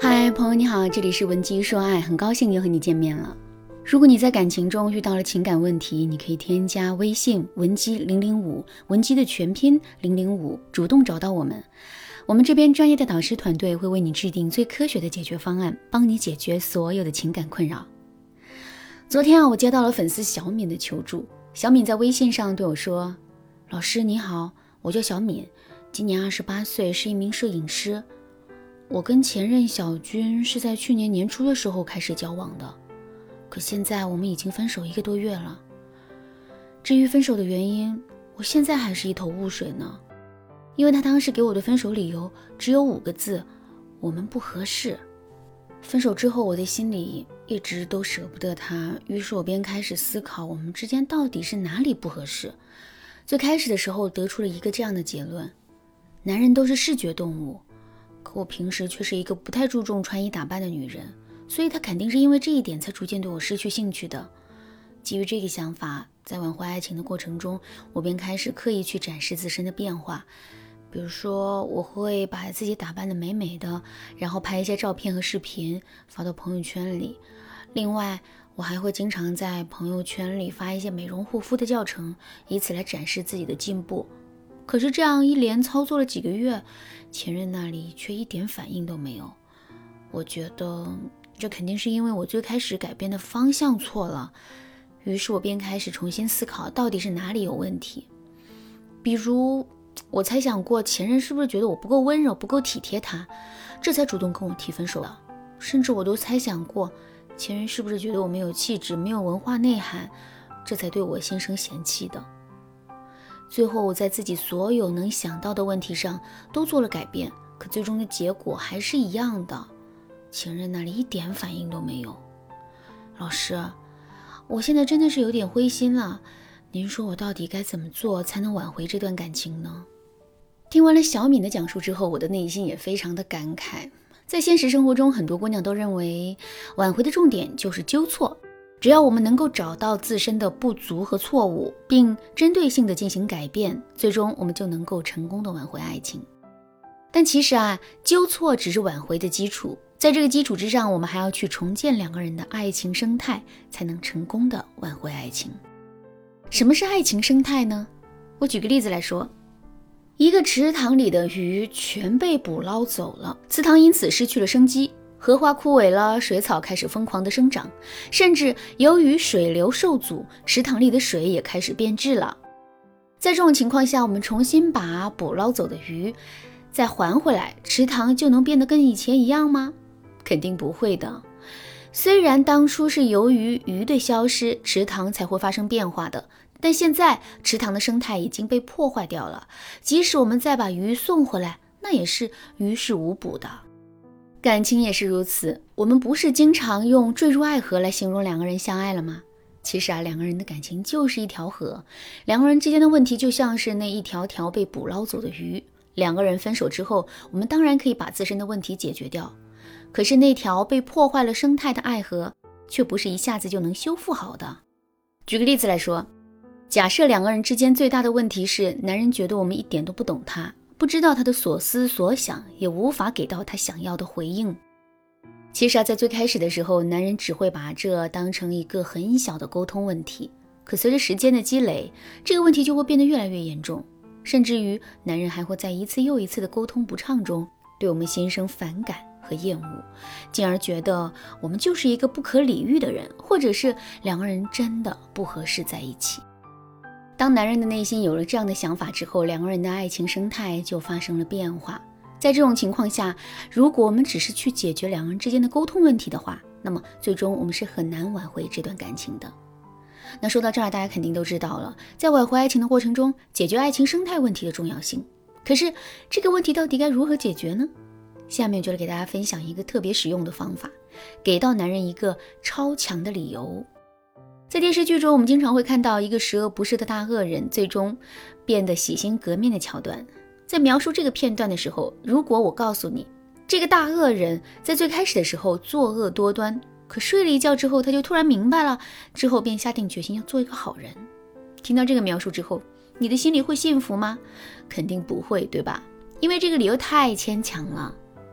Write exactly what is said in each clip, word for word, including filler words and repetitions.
嗨，朋友你好，这里是文姬说爱，很高兴又和你见面了。如果你在感情中遇到了情感问题，你可以添加微信文姬零零五，文姬的全拼零零五，主动找到我们。我们这边专业的导师团队会为你制定最科学的解决方案，帮你解决所有的情感困扰。昨天啊，我接到了粉丝小敏的求助。小敏在微信上对我说，老师你好，我叫小敏，今年二十八岁，是一名摄影师。我跟前任小军是在去年年初的时候开始交往的，可现在我们已经分手一个多月了。至于分手的原因，我现在还是一头雾水呢。因为他当时给我的分手理由只有五个字，我们不合适。分手之后，我的心里一直都舍不得他，于是我便开始思考我们之间到底是哪里不合适。最开始的时候得出了一个这样的结论，男人都是视觉动物，可我平时却是一个不太注重穿衣打扮的女人，所以他肯定是因为这一点才逐渐对我失去兴趣的。基于这个想法，在挽回爱情的过程中，我便开始刻意去展示自身的变化。比如说，我会把自己打扮得美美的，然后拍一些照片和视频发到朋友圈里。另外，我还会经常在朋友圈里发一些美容护肤的教程，以此来展示自己的进步。可是这样一连操作了几个月，前任那里却一点反应都没有。我觉得这肯定是因为我最开始改变的方向错了，于是我便开始重新思考到底是哪里有问题。比如我猜想过前任是不是觉得我不够温柔，不够体贴他，这才主动跟我提分手的。甚至我都猜想过前任是不是觉得我没有气质，没有文化内涵，这才对我心生嫌弃的。最后我在自己所有能想到的问题上都做了改变，可最终的结果还是一样的，前任那里一点反应都没有。老师，我现在真的是有点灰心了，您说我到底该怎么做才能挽回这段感情呢？听完了小敏的讲述之后，我的内心也非常的感慨。在现实生活中，很多姑娘都认为挽回的重点就是纠错，只要我们能够找到自身的不足和错误，并针对性的进行改变，最终我们就能够成功的挽回爱情。但其实啊，纠错只是挽回的基础，在这个基础之上，我们还要去重建两个人的爱情生态，才能成功的挽回爱情。什么是爱情生态呢？我举个例子来说，一个池塘里的鱼全被捕捞走了，池塘因此失去了生机，荷花枯萎了，水草开始疯狂的生长，甚至由于水流受阻，池塘里的水也开始变质了。在这种情况下，我们重新把捕捞走的鱼再还回来，池塘就能变得跟以前一样吗？肯定不会的。虽然当初是由于鱼的消失，池塘才会发生变化的，但现在池塘的生态已经被破坏掉了，即使我们再把鱼送回来，那也是于事无补的。感情也是如此，我们不是经常用坠入爱河来形容两个人相爱了吗？其实啊，两个人的感情就是一条河，两个人之间的问题就像是那一条条被捕捞走的鱼。两个人分手之后，我们当然可以把自身的问题解决掉，可是那条被破坏了生态的爱河却不是一下子就能修复好的。举个例子来说，假设两个人之间最大的问题是男人觉得我们一点都不懂他，不知道他的所思所想，也无法给到他想要的回应。其实啊，在最开始的时候，男人只会把这当成一个很小的沟通问题，可随着时间的积累，这个问题就会变得越来越严重，甚至于男人还会在一次又一次的沟通不畅中对我们心生反感和厌恶，进而觉得我们就是一个不可理喻的人，或者是两个人真的不合适在一起。当男人的内心有了这样的想法之后，两个人的爱情生态就发生了变化。在这种情况下，如果我们只是去解决两人之间的沟通问题的话，那么最终我们是很难挽回这段感情的。那说到这儿，大家肯定都知道了，在挽回爱情的过程中，解决爱情生态问题的重要性。可是这个问题到底该如何解决呢？下面就来给大家分享一个特别实用的方法，给到男人一个超强的理由。在电视剧中，我们经常会看到一个十恶不赦的大恶人最终变得洗心革面的桥段。在描述这个片段的时候，如果我告诉你，这个大恶人在最开始的时候作恶多端，可睡了一觉之后他就突然明白了，之后便下定决心要做一个好人。听到这个描述之后，你的心里会幸福吗？肯定不会，对吧？因为这个理由太牵强了。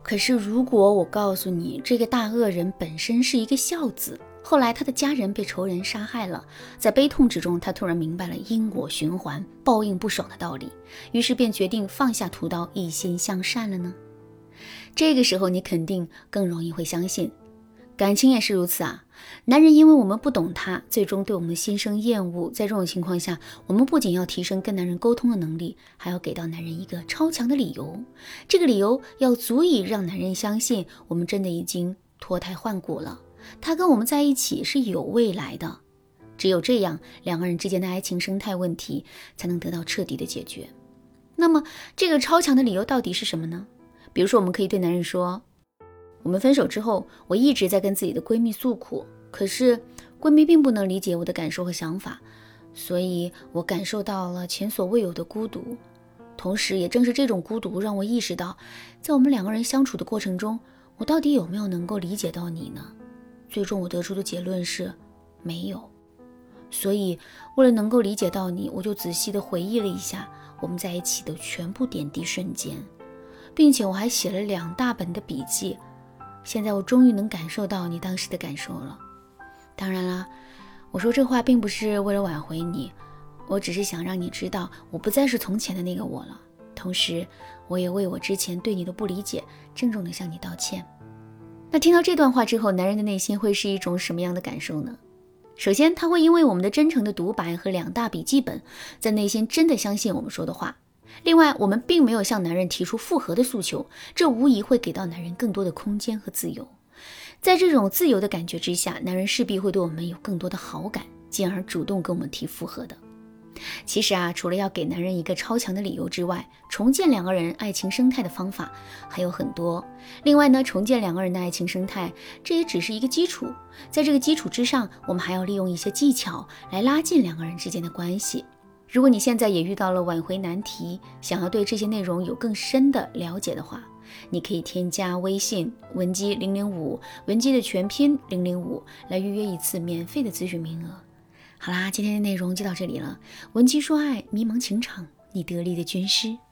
可是如果我告诉你，这个大恶人本身是一个孝子，后来他的家人被仇人杀害了，在悲痛之中，他突然明白了因果循环、报应不爽的道理，于是便决定放下屠刀，一心向善了呢？这个时候你肯定更容易会相信。感情也是如此啊，男人因为我们不懂他，最终对我们心生厌恶。在这种情况下，我们不仅要提升跟男人沟通的能力，还要给到男人一个超强的理由。这个理由要足以让男人相信我们真的已经脱胎换骨了，他跟我们在一起是有未来的。只有这样，两个人之间的爱情生态问题才能得到彻底的解决。那么这个超强的理由到底是什么呢？比如说，我们可以对男人说，我们分手之后，我一直在跟自己的闺蜜诉苦，可是闺蜜并不能理解我的感受和想法，所以我感受到了前所未有的孤独。同时也正是这种孤独让我意识到，在我们两个人相处的过程中，我到底有没有能够理解到你呢？最终我得出的结论是没有。所以为了能够理解到你，我就仔细地回忆了一下我们在一起的全部点滴瞬间，并且我还写了两大本的笔记。现在我终于能感受到你当时的感受了。当然啦，我说这话并不是为了挽回你，我只是想让你知道我不再是从前的那个我了。同时我也为我之前对你的不理解郑重地向你道歉。那听到这段话之后，男人的内心会是一种什么样的感受呢？首先，他会因为我们的真诚的独白和两大笔记本，在内心真的相信我们说的话。另外，我们并没有向男人提出复合的诉求，这无疑会给到男人更多的空间和自由。在这种自由的感觉之下，男人势必会对我们有更多的好感，进而主动跟我们提复合的。其实啊，除了要给男人一个超强的理由之外，重建两个人爱情生态的方法还有很多。另外呢，重建两个人的爱情生态，这也只是一个基础，在这个基础之上，我们还要利用一些技巧来拉近两个人之间的关系。如果你现在也遇到了挽回难题，想要对这些内容有更深的了解的话，你可以添加微信文姬零零五，文姬的全拼零零五，来预约一次免费的咨询名额。好啦，今天的内容就到这里了。文姬说爱，迷茫情场，你得力的军师。